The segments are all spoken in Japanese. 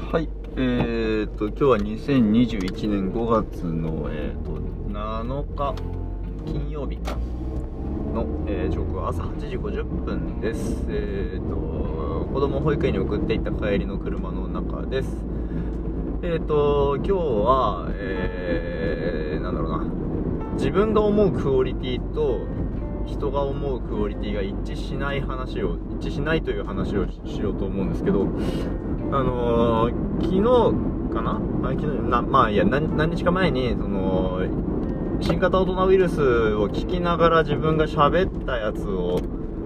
はい、今日は2021年5月の、7日金曜日の、時刻は朝8時50分です。子供を保育園に送っていった帰りの車の中です。今日は、なんだろうな、自分が思うクオリティと人が思うクオリティが一致しないという話をしようと思うんですけど、昨日かな、何日か前に新型コロナウイルスを聞きながら自分が喋ったやつを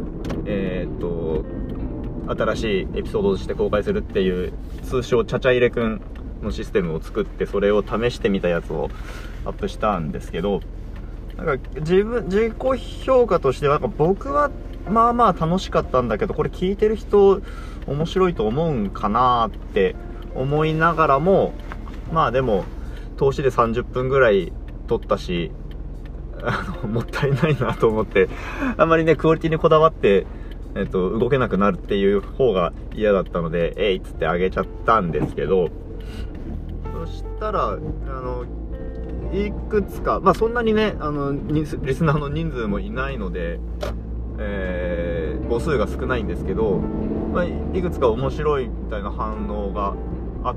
新しいエピソードとして公開するっていう、通称ちゃちゃ入れくんのシステムを作って、それを試してみたやつをアップしたんですけど、なんか自己評価としては、なんか僕はまあまあ楽しかったんだけど、これ聞いてる人面白いと思うんかなって思いながらも、まあでも投資で30分ぐらい取ったし、もったいないなと思って、あんまりねクオリティにこだわって動けなくなるっていう方が嫌だったので、えいっつってあげちゃったんですけど、そしたらいくつか、まあそんなにねリスナーの人数もいないので、母数が少ないんですけど、まあ、いくつか面白いみたいな反応があって、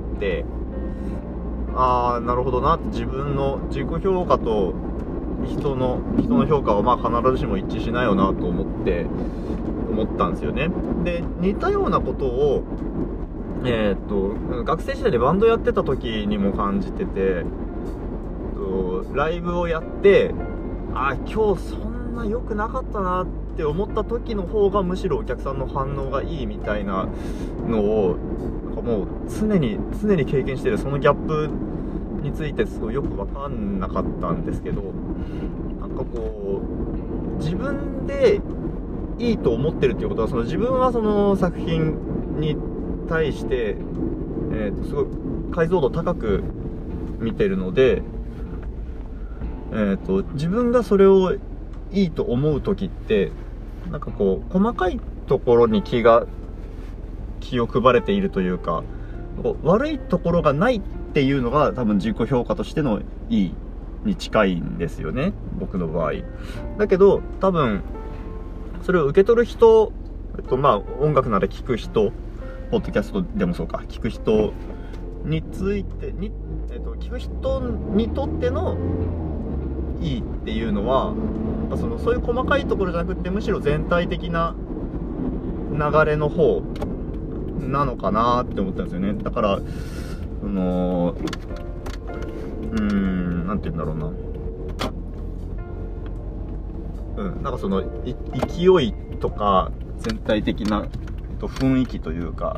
ああなるほどなって、自分の自己評価と人の評価はまあ必ずしも一致しないよなと思ったんですよね。で、似たようなことを学生時代でバンドやってた時にも感じてて、ライブをやって、今日そんな良くなかったなって思った時の方がむしろお客さんの反応がいいみたいなのを、なんかもう常に経験してる、そのギャップについてすごいよく分かんなかったんですけど、なんかこう自分でいいと思ってるっていうことは、自分はその作品に対して、すごい解像度高く見てるので、自分がそれをいいと思う時って、なんかこう細かいところに気を配れているというか、悪いところがないっていうのが多分自己評価としてのいいに近いんですよね、僕の場合。だけど多分それを受け取る人、音楽なら聴く人、ポッドキャストでもそうか、聞く人についてに、聞く人にとってのいいっていうのは、そういう細かいところじゃなくて、むしろ全体的な流れの方なのかなって思ったんですよね。だからなんて言うんだろうな、なんか勢いとか全体的な雰囲気というか、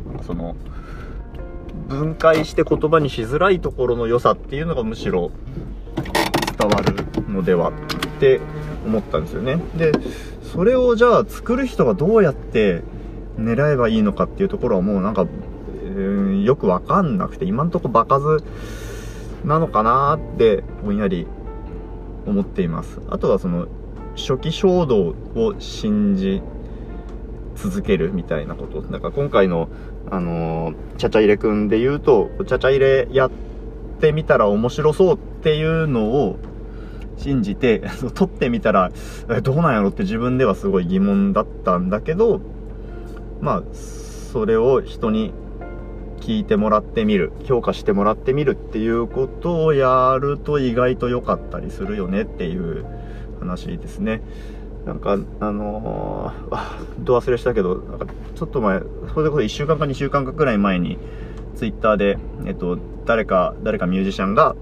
分解して言葉にしづらいところの良さっていうのがむしろ伝わるのではって思ったんですよね。で、それをじゃあ作る人がどうやって狙えばいいのかっていうところはもうなんか、よくわかんなくて、今んとこ場数なのかなってぼんやり思っています。あとは初期衝動を信じ続けるみたいなこと。だから今回のちゃちゃ入れくんで言うと、ちゃちゃ入れやってみたら面白そうっていうのを信じて撮ってみたらどうなんやろって自分ではすごい疑問だったんだけど、まあそれを人に聞いてもらってみる、評価してもらってみるっていうことをやると意外と良かったりするよねっていう話ですね。なんかど忘れしたけど、なんかちょっと前、それこそ1週間か2週間かくらい前にツイッターで誰かミュージシャンが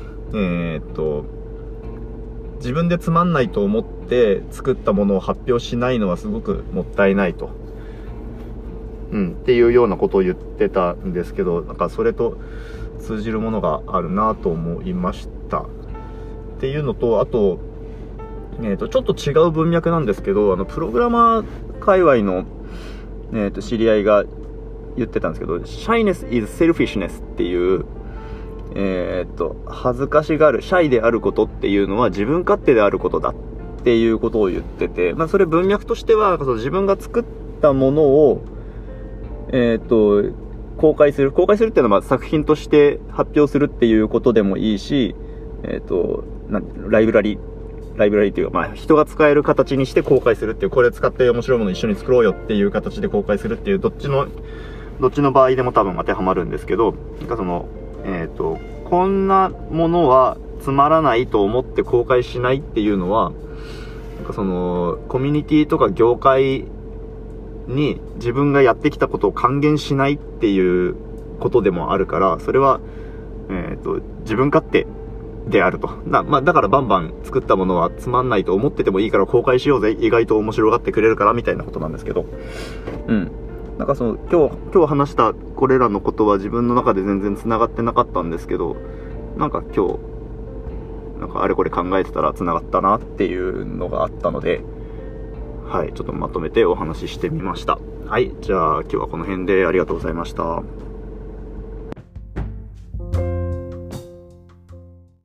自分でつまんないと思って作ったものを発表しないのはすごくもったいないと、っていうようなことを言ってたんですけど、なんかそれと通じるものがあるなと思いましたっていうのと、あとちょっと違う文脈なんですけど、プログラマー界隈の知り合いが言ってたんですけど、Shyness is selfishness っていう、恥ずかしがる、シャイであることっていうのは自分勝手であることだっていうことを言ってて、それ文脈としては、自分が作ったものを公開するっていうのはまあ作品として発表するっていうことでもいいし、ライブラリっていうか、まあ人が使える形にして公開するっていう、これ使って面白いもの一緒に作ろうよっていう形で公開するっていう、どっちの場合でも多分当てはまるんですけど、なんかその、こんなものはつまらないと思って公開しないっていうのは、なんかその、コミュニティとか業界に自分がやってきたことを還元しないっていうことでもあるから、それは、自分勝手であると。まあ、だからバンバン作ったものはつまんないと思っててもいいから公開しようぜ。意外と面白がってくれるからみたいなことなんですけど。なんかその、今日話したこれらのことは自分の中で全然繋がってなかったんですけど、なんか今日、なんかあれこれ考えてたら繋がったなっていうのがあったので、はい、ちょっとまとめてお話ししてみました。はい、じゃあ今日はこの辺でありがとうございました。